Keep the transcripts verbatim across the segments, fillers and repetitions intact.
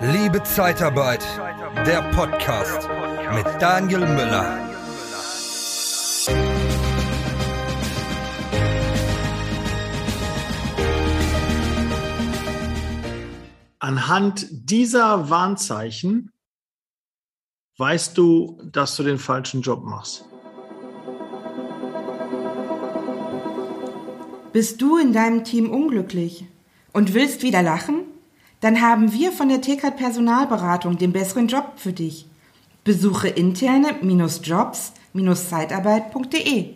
Liebe Zeitarbeit, der Podcast mit Daniel Müller. Anhand dieser Warnzeichen weißt du, dass du den falschen Job machst. Bist du in deinem Team unglücklich und willst wieder lachen? Dann haben wir von der T K Personalberatung den besseren Job für dich. Besuche interne Jobs Zeitarbeit punkt de.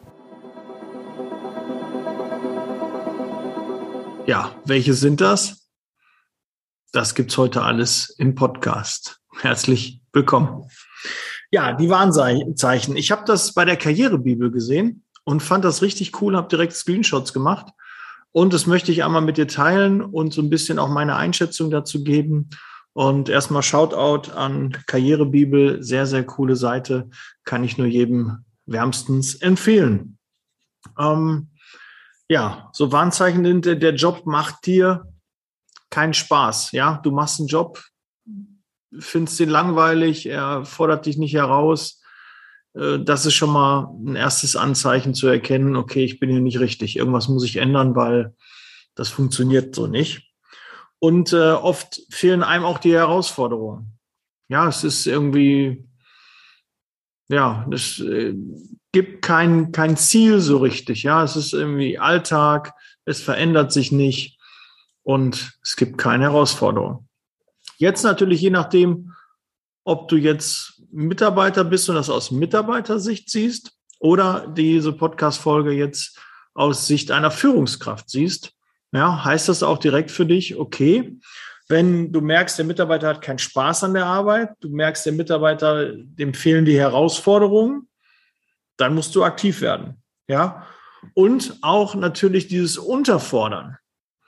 Ja, welche sind das? Das gibt's heute alles im Podcast. Herzlich willkommen. Ja, die Warnzeichen. Ich habe das bei der Karrierebibel gesehen und fand das richtig cool, habe direkt Screenshots gemacht. Und das möchte ich einmal mit dir teilen und so ein bisschen auch meine Einschätzung dazu geben. Und erstmal Shoutout an Karrierebibel. Sehr, sehr coole Seite. Kann ich nur jedem wärmstens empfehlen. Ähm, ja, so Warnzeichen sind, der Job macht dir keinen Spaß. Ja, du machst einen Job, findest ihn langweilig, er fordert dich nicht heraus. Das ist schon mal ein erstes Anzeichen zu erkennen, okay, ich bin hier nicht richtig. Irgendwas muss ich ändern, weil das funktioniert so nicht. Und äh, oft fehlen einem auch die Herausforderungen. Ja, es ist irgendwie, ja, es äh, gibt kein, kein Ziel so richtig. Ja, es ist irgendwie Alltag, es verändert sich nicht und es gibt keine Herausforderung. Jetzt natürlich je nachdem, ob du jetzt Mitarbeiter bist und das aus Mitarbeitersicht siehst oder diese Podcast-Folge jetzt aus Sicht einer Führungskraft siehst, ja, heißt das auch direkt für dich, okay, wenn du merkst, der Mitarbeiter hat keinen Spaß an der Arbeit, du merkst, der Mitarbeiter, dem fehlen die Herausforderungen, dann musst du aktiv werden, ja, und auch natürlich dieses Unterfordern.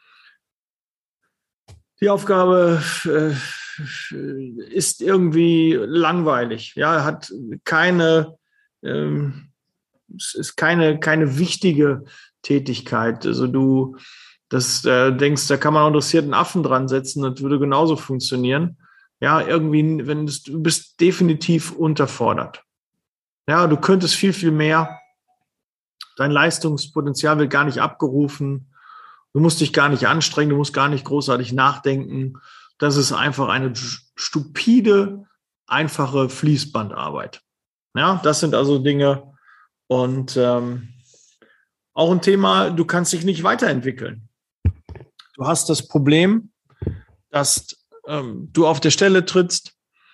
Die Aufgabe äh, ist irgendwie langweilig, ja, hat keine, ähm, es ist keine, keine wichtige Tätigkeit. Also du das äh, denkst, da kann man auch interessierten Affen dran setzen, das würde genauso funktionieren. Ja, irgendwie, wenn es, du bist definitiv unterfordert. Ja, du könntest viel, viel mehr. Dein Leistungspotenzial wird gar nicht abgerufen. Du musst dich gar nicht anstrengen, du musst gar nicht großartig nachdenken. Das ist einfach eine stupide, einfache Fließbandarbeit. Ja, das sind also Dinge. Und ähm, auch ein Thema, du kannst dich nicht weiterentwickeln. Du hast das Problem, dass ähm, du auf der Stelle trittst.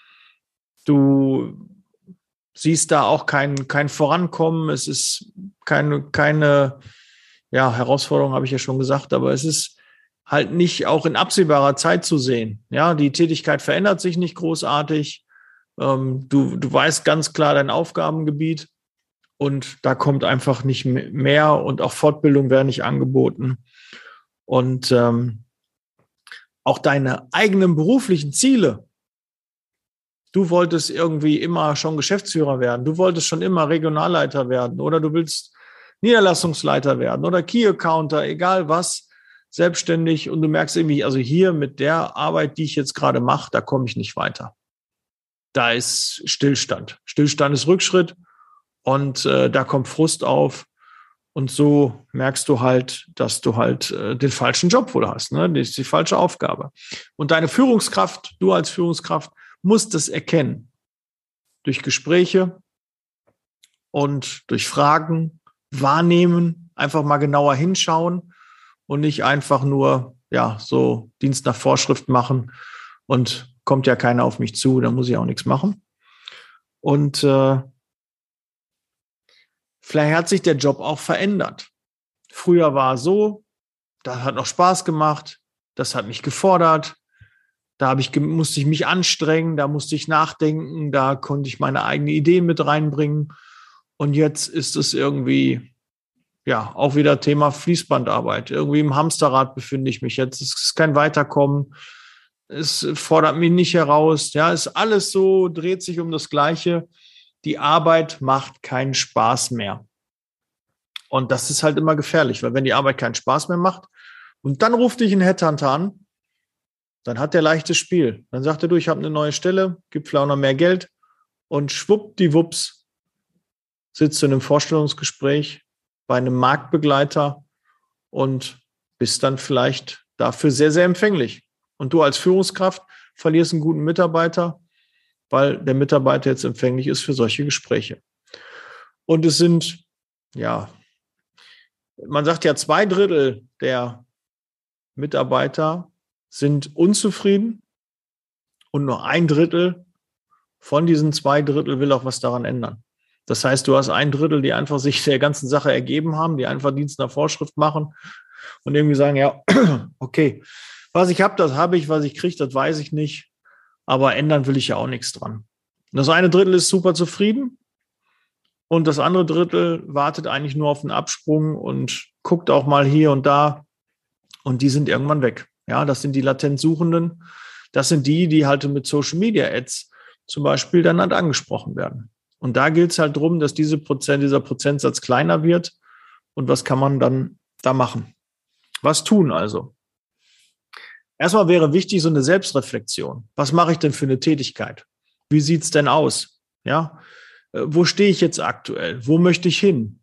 Du siehst da auch kein, kein Vorankommen. Es ist keine, keine ja, Herausforderung, habe ich ja schon gesagt, aber es ist halt nicht auch in absehbarer Zeit zu sehen. Ja, die Tätigkeit verändert sich nicht großartig. Ähm, du, du weißt ganz klar dein Aufgabengebiet und da kommt einfach nicht mehr und auch Fortbildung werden nicht angeboten. Und ähm, auch deine eigenen beruflichen Ziele. Du wolltest irgendwie immer schon Geschäftsführer werden. Du wolltest schon immer Regionalleiter werden oder du willst Niederlassungsleiter werden oder Key-Accounter, egal was, selbstständig. Und du merkst irgendwie, also hier mit der Arbeit, die ich jetzt gerade mache, da komme ich nicht weiter. Da ist Stillstand. Stillstand ist Rückschritt und äh, da kommt Frust auf. Und so merkst du halt, dass du halt äh, den falschen Job wohl hast. Ne? Das ist die falsche Aufgabe. Und deine Führungskraft, du als Führungskraft, musst es erkennen. Durch Gespräche und durch Fragen, wahrnehmen, einfach mal genauer hinschauen und nicht einfach nur ja so Dienst nach Vorschrift machen und kommt ja keiner auf mich zu, dann muss ich auch nichts machen. Und äh, vielleicht hat sich der Job auch verändert. Früher war es so, das hat noch Spaß gemacht, das hat mich gefordert, da habe ich, musste ich mich anstrengen, da musste ich nachdenken, da konnte ich meine eigenen Ideen mit reinbringen. Und jetzt ist es irgendwie, ja, auch wieder Thema Fließbandarbeit. Irgendwie im Hamsterrad befinde ich mich jetzt. Es ist kein Weiterkommen. Es fordert mich nicht heraus. Ja, es ist alles so, dreht sich um das Gleiche. Die Arbeit macht keinen Spaß mehr. Und das ist halt immer gefährlich, weil wenn die Arbeit keinen Spaß mehr macht und dann ruft dich ein Headhunter an, dann hat der leichtes Spiel. Dann sagt er, du, ich habe eine neue Stelle, gibt vielleicht auch noch mehr Geld und schwuppdiwupps sitzt du in einem Vorstellungsgespräch bei einem Marktbegleiter und bist dann vielleicht dafür sehr, sehr empfänglich. Und du als Führungskraft verlierst einen guten Mitarbeiter, weil der Mitarbeiter jetzt empfänglich ist für solche Gespräche. Und es sind, ja, man sagt ja, zwei Drittel der Mitarbeiter sind unzufrieden und nur ein Drittel von diesen zwei Drittel will auch was daran ändern. Das heißt, du hast ein Drittel, die einfach sich der ganzen Sache ergeben haben, die einfach Dienst nach Vorschrift machen und irgendwie sagen, ja, okay, was ich habe, das habe ich, was ich kriege, das weiß ich nicht, aber ändern will ich ja auch nichts dran. Und das eine Drittel ist super zufrieden und das andere Drittel wartet eigentlich nur auf einen Absprung und guckt auch mal hier und da und die sind irgendwann weg. Ja, das sind die latent Suchenden. Das sind die, die halt mit Social Media Ads zum Beispiel dann halt angesprochen werden. Und da gilt es halt darum, dass diese Prozent, dieser Prozentsatz kleiner wird. Und was kann man dann da machen? Was tun also? Erstmal wäre wichtig so eine Selbstreflexion. Was mache ich denn für eine Tätigkeit? Wie sieht's denn aus? Ja, wo stehe ich jetzt aktuell? Wo möchte ich hin?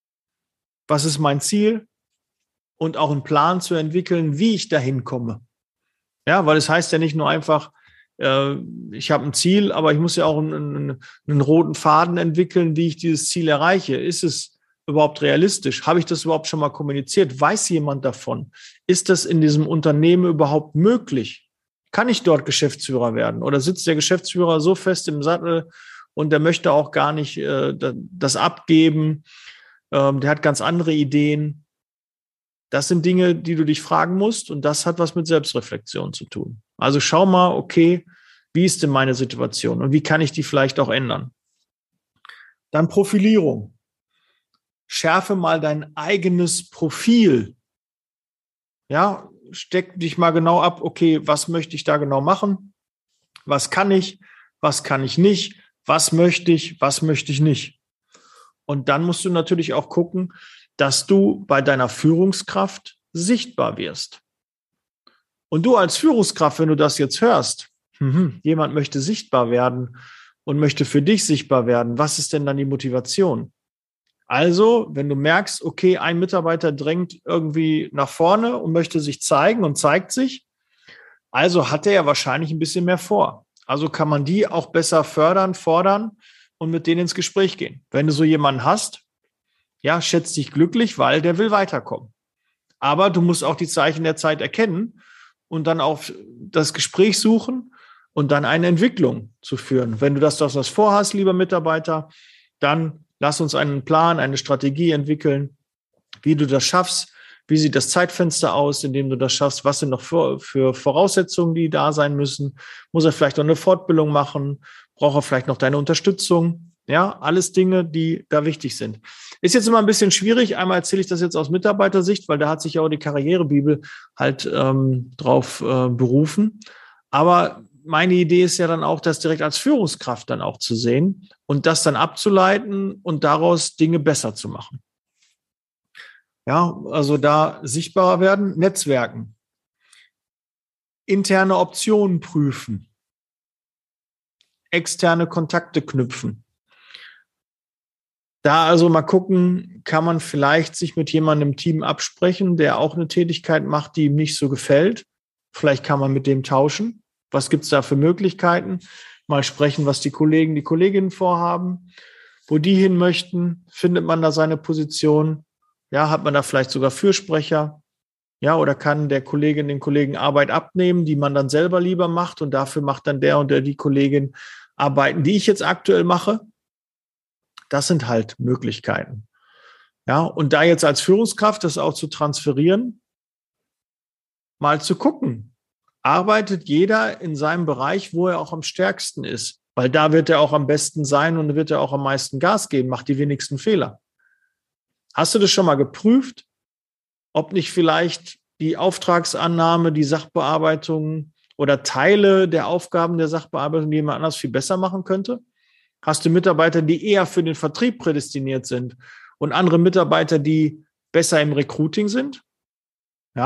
Was ist mein Ziel? Und auch einen Plan zu entwickeln, wie ich dahin komme. Ja, weil es heißt ja nicht nur einfach, äh, ich habe ein Ziel, aber ich muss ja auch einen, einen, einen roten Faden entwickeln, wie ich dieses Ziel erreiche. Ist es überhaupt realistisch? Habe ich das überhaupt schon mal kommuniziert? Weiß jemand davon? Ist das in diesem Unternehmen überhaupt möglich? Kann ich dort Geschäftsführer werden? Oder sitzt der Geschäftsführer so fest im Sattel und der möchte auch gar nicht äh, das abgeben? Ähm, der hat ganz andere Ideen. Das sind Dinge, die du dich fragen musst und das hat was mit Selbstreflexion zu tun. Also schau mal, okay, wie ist denn meine Situation und wie kann ich die vielleicht auch ändern? Dann Profilierung. Schärfe mal dein eigenes Profil. Ja, steck dich mal genau ab, okay, was möchte ich da genau machen? Was kann ich? Was kann ich nicht? Was möchte ich? Was möchte ich nicht? Und dann musst du natürlich auch gucken, dass du bei deiner Führungskraft sichtbar wirst. Und du als Führungskraft, wenn du das jetzt hörst, mhm, jemand möchte sichtbar werden und möchte für dich sichtbar werden, was ist denn dann die Motivation? Also, wenn du merkst, okay, ein Mitarbeiter drängt irgendwie nach vorne und möchte sich zeigen und zeigt sich, also hat er ja wahrscheinlich ein bisschen mehr vor. Also kann man die auch besser fördern, fordern und mit denen ins Gespräch gehen. Wenn du so jemanden hast, ja, schätz dich glücklich, weil der will weiterkommen. Aber du musst auch die Zeichen der Zeit erkennen und dann auch das Gespräch suchen und dann eine Entwicklung zu führen. Wenn du das, das was vorhast, lieber Mitarbeiter, dann lass uns einen Plan, eine Strategie entwickeln, wie du das schaffst. Wie sieht das Zeitfenster aus, in dem du das schaffst? Was sind noch für, für Voraussetzungen, die da sein müssen? Muss er vielleicht noch eine Fortbildung machen? Braucht er vielleicht noch deine Unterstützung? Ja, alles Dinge, die da wichtig sind. Ist jetzt immer ein bisschen schwierig. Einmal erzähle ich das jetzt aus Mitarbeitersicht, weil da hat sich ja auch die Karrierebibel halt ähm, drauf äh, berufen. Aber meine Idee ist ja dann auch, das direkt als Führungskraft dann auch zu sehen und das dann abzuleiten und daraus Dinge besser zu machen. Ja, also da sichtbarer werden, Netzwerken, interne Optionen prüfen, externe Kontakte knüpfen. Da also mal gucken, kann man vielleicht sich mit jemandem im Team absprechen, der auch eine Tätigkeit macht, die ihm nicht so gefällt. Vielleicht kann man mit dem tauschen. Was gibt es da für Möglichkeiten? Mal sprechen, was die Kollegen, die Kolleginnen vorhaben, wo die hin möchten. Findet man da seine Position? Ja, hat man da vielleicht sogar Fürsprecher? Ja, oder kann der Kollegin den Kollegen Arbeit abnehmen, die man dann selber lieber macht und dafür macht dann der und der die Kollegin Arbeiten, die ich jetzt aktuell mache? Das sind halt Möglichkeiten. Ja, und da jetzt als Führungskraft das auch zu transferieren, mal zu gucken, arbeitet jeder in seinem Bereich, wo er auch am stärksten ist, weil da wird er auch am besten sein und wird er auch am meisten Gas geben, macht die wenigsten Fehler. Hast du das schon mal geprüft, ob nicht vielleicht die Auftragsannahme, die Sachbearbeitung oder Teile der Aufgaben der Sachbearbeitung jemand anders viel besser machen könnte? Hast du Mitarbeiter, die eher für den Vertrieb prädestiniert sind und andere Mitarbeiter, die besser im Recruiting sind? Ja,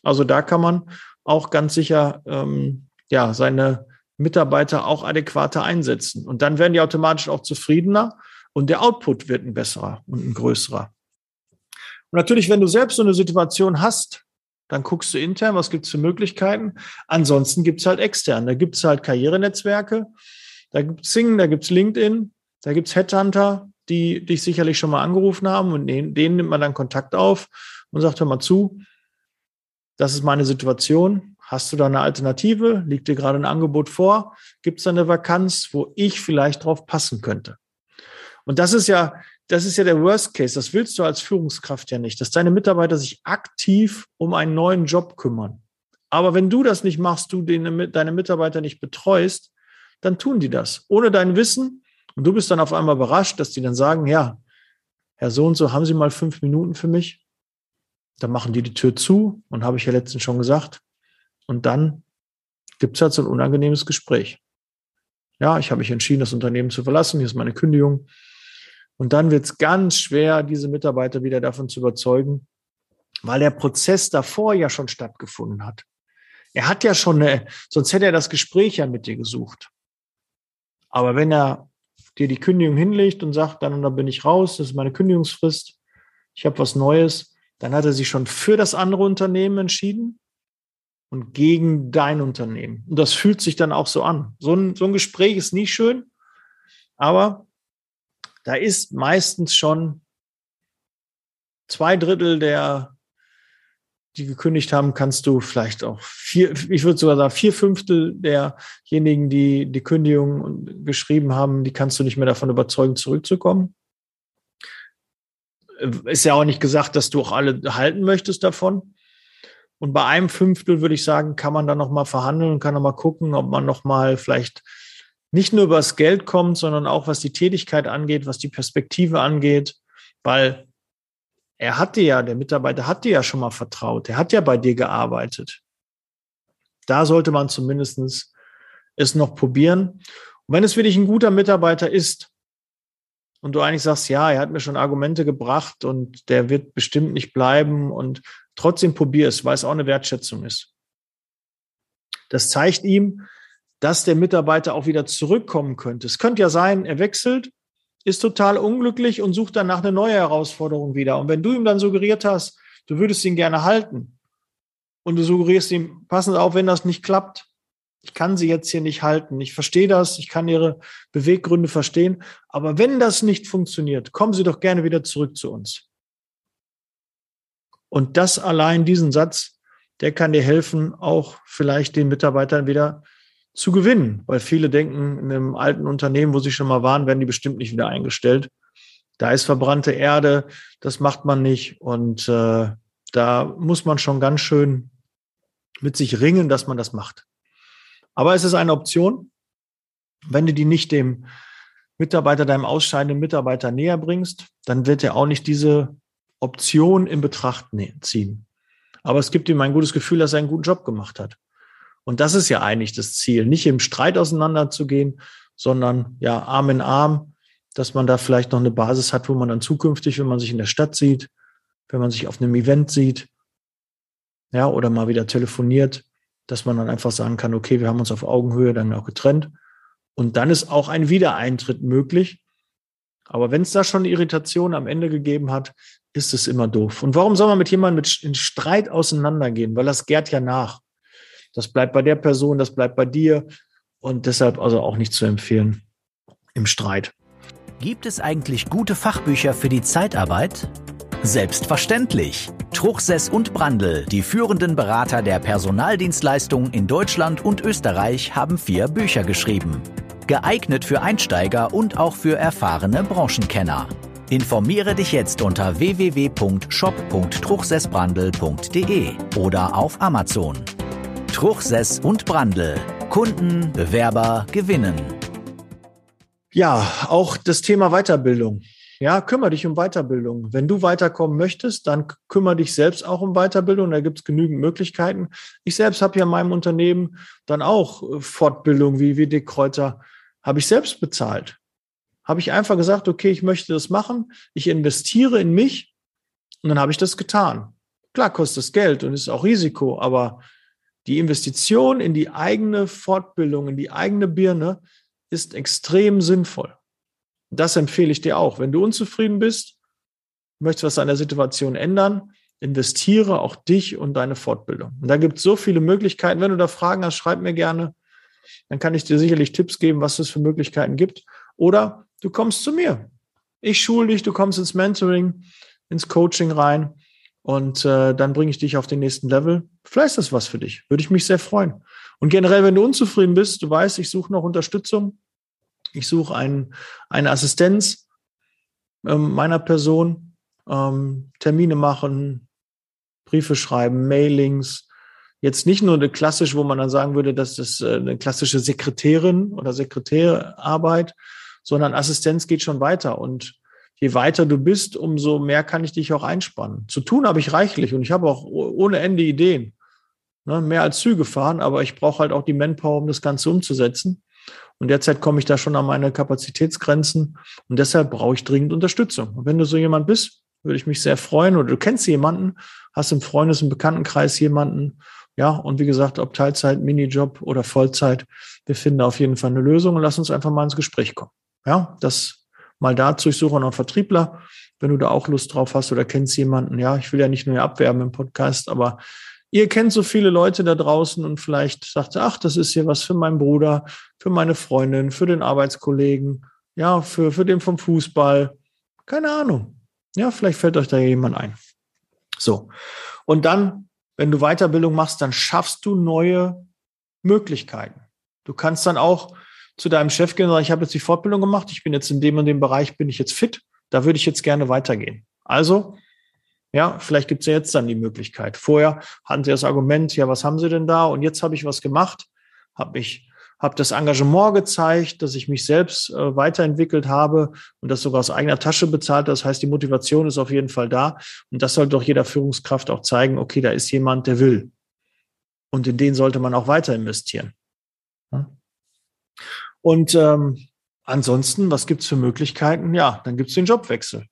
Also da kann man auch ganz sicher ähm, ja, seine Mitarbeiter auch adäquater einsetzen. Und dann werden die automatisch auch zufriedener und der Output wird ein besserer und ein größerer. Und natürlich, wenn du selbst so eine Situation hast, dann guckst du intern, was gibt es für Möglichkeiten. Ansonsten gibt es halt extern. Da gibt es halt Karrierenetzwerke, da gibt es Xing, da gibt es LinkedIn, da gibt es Headhunter, die dich sicherlich schon mal angerufen haben und denen, denen nimmt man dann Kontakt auf und sagt, hör mal zu, das ist meine Situation. Hast du da eine Alternative? Liegt dir gerade ein Angebot vor? Gibt es da eine Vakanz, wo ich vielleicht drauf passen könnte? Und das ist ja, das ist ja der Worst Case. Das willst du als Führungskraft ja nicht, dass deine Mitarbeiter sich aktiv um einen neuen Job kümmern. Aber wenn du das nicht machst, du deine, deine Mitarbeiter nicht betreust, dann tun die das ohne dein Wissen. Und du bist dann auf einmal überrascht, dass die dann sagen, ja, Herr so und so, haben Sie mal fünf Minuten für mich? Dann machen die die Tür zu und habe ich ja letztens schon gesagt. Und dann gibt es halt so ein unangenehmes Gespräch. Ja, ich habe mich entschieden, das Unternehmen zu verlassen. Hier ist meine Kündigung. Und dann wird es ganz schwer, diese Mitarbeiter wieder davon zu überzeugen, weil der Prozess davor ja schon stattgefunden hat. Er hat ja schon eine, sonst hätte er das Gespräch ja mit dir gesucht. Aber wenn er dir die Kündigung hinlegt und sagt, dann und dann bin ich raus, das ist meine Kündigungsfrist, ich habe was Neues, dann hat er sich schon für das andere Unternehmen entschieden und gegen dein Unternehmen. Und das fühlt sich dann auch so an. So ein, so ein Gespräch ist nie schön, aber da ist meistens schon zwei Drittel der, die gekündigt haben, kannst du vielleicht auch vier, ich würde sogar sagen, vier Fünftel derjenigen, die die Kündigung geschrieben haben, die kannst du nicht mehr davon überzeugen, zurückzukommen. Ist ja auch nicht gesagt, dass du auch alle halten möchtest davon. Und bei einem Fünftel würde ich sagen, kann man dann nochmal verhandeln und kann nochmal gucken, ob man nochmal vielleicht nicht nur über das Geld kommt, sondern auch was die Tätigkeit angeht, was die Perspektive angeht, weil er hat dir ja, der Mitarbeiter hat dir ja schon mal vertraut, er hat ja bei dir gearbeitet. Da sollte man zumindest es noch probieren. Und wenn es wirklich ein guter Mitarbeiter ist und du eigentlich sagst, ja, er hat mir schon Argumente gebracht und der wird bestimmt nicht bleiben und trotzdem probier es, weil es auch eine Wertschätzung ist. Das zeigt ihm, dass der Mitarbeiter auch wieder zurückkommen könnte. Es könnte ja sein, er wechselt, ist total unglücklich und sucht danach eine neue Herausforderung wieder. Und wenn du ihm dann suggeriert hast, du würdest ihn gerne halten und du suggerierst ihm, passen Sie auf, wenn das nicht klappt, ich kann Sie jetzt hier nicht halten, ich verstehe das, ich kann Ihre Beweggründe verstehen, aber wenn das nicht funktioniert, kommen Sie doch gerne wieder zurück zu uns. Und das allein, diesen Satz, der kann dir helfen, auch vielleicht den Mitarbeitern wieder zu gewinnen, weil viele denken, in einem alten Unternehmen, wo sie schon mal waren, werden die bestimmt nicht wieder eingestellt. Da ist verbrannte Erde, das macht man nicht und äh, da muss man schon ganz schön mit sich ringen, dass man das macht. Aber es ist eine Option, wenn du die nicht dem Mitarbeiter, deinem ausscheidenden Mitarbeiter näher bringst, dann wird er auch nicht diese Option in Betracht ziehen. Aber es gibt ihm ein gutes Gefühl, dass er einen guten Job gemacht hat. Und das ist ja eigentlich das Ziel, nicht im Streit auseinanderzugehen, sondern ja Arm in Arm, dass man da vielleicht noch eine Basis hat, wo man dann zukünftig, wenn man sich in der Stadt sieht, wenn man sich auf einem Event sieht, ja, oder mal wieder telefoniert, dass man dann einfach sagen kann, okay, wir haben uns auf Augenhöhe dann auch getrennt. Und dann ist auch ein Wiedereintritt möglich. Aber wenn es da schon eine Irritation am Ende gegeben hat, ist es immer doof. Und warum soll man mit jemandem mit in Streit auseinandergehen? Weil das gärt ja nach. Das bleibt bei der Person, das bleibt bei dir und deshalb also auch nicht zu empfehlen im Streit. Gibt es eigentlich gute Fachbücher für die Zeitarbeit? Selbstverständlich. Truchsess und Brandl, die führenden Berater der Personaldienstleistungen in Deutschland und Österreich, haben vier Bücher geschrieben. Geeignet für Einsteiger und auch für erfahrene Branchenkenner. Informiere dich jetzt unter w w w punkt shop punkt truchsessbrandl punkt d e oder auf Amazon. Truchsess und Brandl. Kunden, Bewerber gewinnen. Ja, auch das Thema Weiterbildung. Ja, kümmere dich um Weiterbildung. Wenn du weiterkommen möchtest, dann kümmere dich selbst auch um Weiterbildung. Da gibt es genügend Möglichkeiten. Ich selbst habe ja in meinem Unternehmen dann auch Fortbildung wie W D Kräuter, habe ich selbst bezahlt. Habe ich einfach gesagt, okay, ich möchte das machen. Ich investiere in mich und dann habe ich das getan. Klar kostet es Geld und ist auch Risiko, aber die Investition in die eigene Fortbildung, in die eigene Birne ist extrem sinnvoll. Das empfehle ich dir auch. Wenn du unzufrieden bist, möchtest was an der Situation ändern, investiere auch dich und deine Fortbildung. Und da gibt es so viele Möglichkeiten. Wenn du da Fragen hast, schreib mir gerne. Dann kann ich dir sicherlich Tipps geben, was es für Möglichkeiten gibt. Oder du kommst zu mir. Ich schule dich, du kommst ins Mentoring, ins Coaching rein und äh, dann bringe ich dich auf den nächsten Level. Vielleicht ist das was für dich. Würde ich mich sehr freuen. Und generell, wenn du unzufrieden bist, du weißt, ich suche noch Unterstützung. Ich suche ein, eine Assistenz ähm, meiner Person, ähm, Termine machen, Briefe schreiben, Mailings. Jetzt nicht nur eine klassische, wo man dann sagen würde, das ist eine klassische Sekretärin oder Sekretärarbeit, sondern Assistenz geht schon weiter. Und je weiter du bist, umso mehr kann ich dich auch einspannen. Zu tun habe ich reichlich und ich habe auch ohne Ende Ideen. Ne, mehr als Züge fahren, aber ich brauche halt auch die Manpower, um das Ganze umzusetzen. Und derzeit komme ich da schon an meine Kapazitätsgrenzen und deshalb brauche ich dringend Unterstützung. Und wenn du so jemand bist, würde ich mich sehr freuen. Oder du kennst jemanden, hast im Freundes- und Bekanntenkreis jemanden. Ja, und wie gesagt, ob Teilzeit, Minijob oder Vollzeit, wir finden auf jeden Fall eine Lösung und lass uns einfach mal ins Gespräch kommen. Ja, das mal dazu. Ich suche noch einen Vertriebler, wenn du da auch Lust drauf hast oder kennst jemanden. Ja, ich will ja nicht nur abwerben im Podcast, aber ihr kennt so viele Leute da draußen und vielleicht sagt ihr, ach, das ist hier was für meinen Bruder, für meine Freundin, für den Arbeitskollegen, ja, für, für den vom Fußball. Keine Ahnung. Ja, vielleicht fällt euch da jemand ein. So. Und dann, wenn du Weiterbildung machst, dann schaffst du neue Möglichkeiten. Du kannst dann auch zu deinem Chef gehen und sagen, ich habe jetzt die Fortbildung gemacht, ich bin jetzt in dem und dem Bereich, bin ich jetzt fit, da würde ich jetzt gerne weitergehen. Also, ja, vielleicht gibt es ja jetzt dann die Möglichkeit. Vorher hatten sie das Argument, ja, was haben sie denn da? Und jetzt habe ich was gemacht, habe ich habe das Engagement gezeigt, dass ich mich selbst äh, weiterentwickelt habe und das sogar aus eigener Tasche bezahlt. Das heißt, die Motivation ist auf jeden Fall da. Und das sollte doch jeder Führungskraft auch zeigen, okay, da ist jemand, der will. Und in den sollte man auch weiter investieren. Ja. Und ähm, ansonsten, was gibt es für Möglichkeiten? Ja, dann gibt es den Jobwechsel.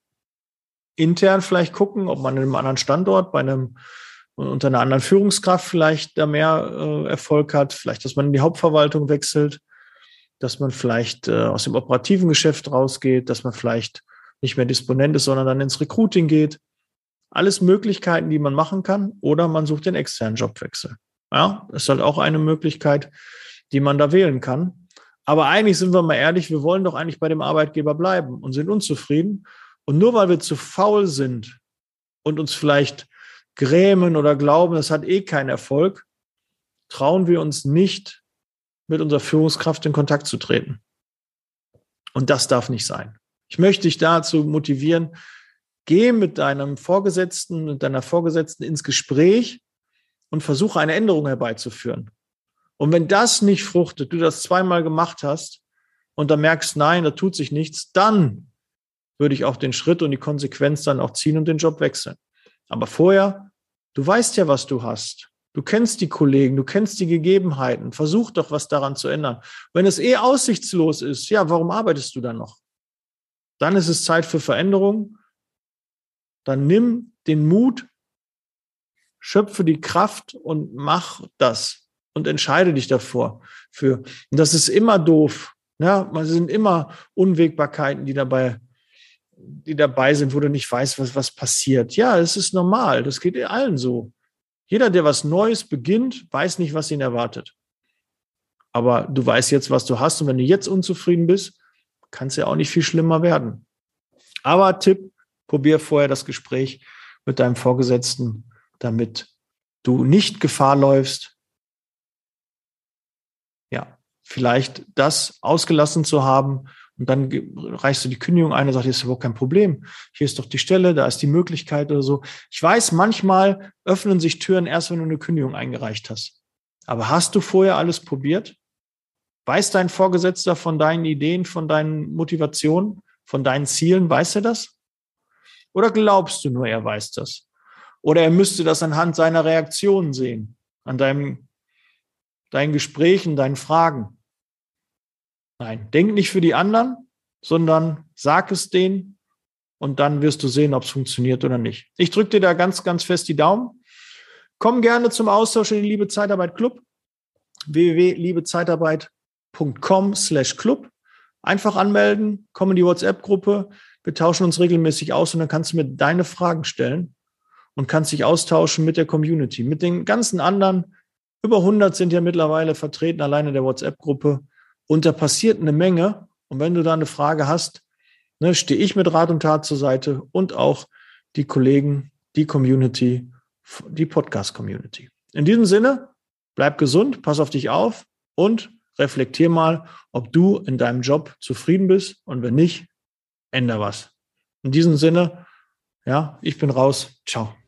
Intern vielleicht gucken, ob man in einem anderen Standort, bei einem unter einer anderen Führungskraft vielleicht da mehr äh, Erfolg hat, vielleicht, dass man in die Hauptverwaltung wechselt, dass man vielleicht äh, aus dem operativen Geschäft rausgeht, dass man vielleicht nicht mehr Disponent ist, sondern dann ins Recruiting geht. Alles Möglichkeiten, die man machen kann, oder man sucht den externen Jobwechsel. Ja, das ist halt auch eine Möglichkeit, die man da wählen kann. Aber eigentlich sind wir mal ehrlich, wir wollen doch eigentlich bei dem Arbeitgeber bleiben und sind unzufrieden. Und nur weil wir zu faul sind und uns vielleicht grämen oder glauben, es hat eh keinen Erfolg, trauen wir uns nicht, mit unserer Führungskraft in Kontakt zu treten. Und das darf nicht sein. Ich möchte dich dazu motivieren, geh mit deinem Vorgesetzten, mit deiner Vorgesetzten ins Gespräch und versuche eine Änderung herbeizuführen. Und wenn das nicht fruchtet, du das zweimal gemacht hast und dann merkst, nein, da tut sich nichts, dann würde ich auch den Schritt und die Konsequenz dann auch ziehen und den Job wechseln. Aber vorher, du weißt ja, was du hast. Du kennst die Kollegen, du kennst die Gegebenheiten. Versuch doch, was daran zu ändern. Wenn es eh aussichtslos ist, ja, warum arbeitest du dann noch? Dann ist es Zeit für Veränderung. Dann nimm den Mut, schöpfe die Kraft und mach das und entscheide dich davor. Für. Und das ist immer doof. Ja, es sind immer Unwägbarkeiten, die dabei die dabei sind, wo du nicht weißt, was, was passiert. Ja, es ist normal. Das geht allen so. Jeder, der was Neues beginnt, weiß nicht, was ihn erwartet. Aber du weißt jetzt, was du hast. Und wenn du jetzt unzufrieden bist, kann es ja auch nicht viel schlimmer werden. Aber Tipp, probier vorher das Gespräch mit deinem Vorgesetzten, damit du nicht Gefahr läufst, ja, vielleicht das ausgelassen zu haben. Und dann reichst du die Kündigung ein und sagst, das ist überhaupt kein Problem. Hier ist doch die Stelle, da ist die Möglichkeit oder so. Ich weiß, manchmal öffnen sich Türen erst, wenn du eine Kündigung eingereicht hast. Aber hast du vorher alles probiert? Weiß dein Vorgesetzter von deinen Ideen, von deinen Motivationen, von deinen Zielen? Weiß er das? Oder glaubst du nur, er weiß das? Oder er müsste das anhand seiner Reaktionen sehen, an deinem, deinen Gesprächen, deinen Fragen? Nein, denk nicht für die anderen, sondern sag es denen und dann wirst du sehen, ob es funktioniert oder nicht. Ich drücke dir da ganz, ganz fest die Daumen. Komm gerne zum Austausch in den Liebe Zeitarbeit Club. w w w punkt liebezeitarbeit punkt com slash club. Einfach anmelden, komm in die WhatsApp-Gruppe. Wir tauschen uns regelmäßig aus und dann kannst du mir deine Fragen stellen und kannst dich austauschen mit der Community, mit den ganzen anderen. Über hundert sind ja mittlerweile vertreten, alleine in der WhatsApp-Gruppe. Und da passiert eine Menge. Und wenn du da eine Frage hast, ne, stehe ich mit Rat und Tat zur Seite und auch die Kollegen, die Community, die Podcast-Community. In diesem Sinne, bleib gesund, pass auf dich auf und reflektier mal, ob du in deinem Job zufrieden bist. Und wenn nicht, änder was. In diesem Sinne, ja, ich bin raus. Ciao.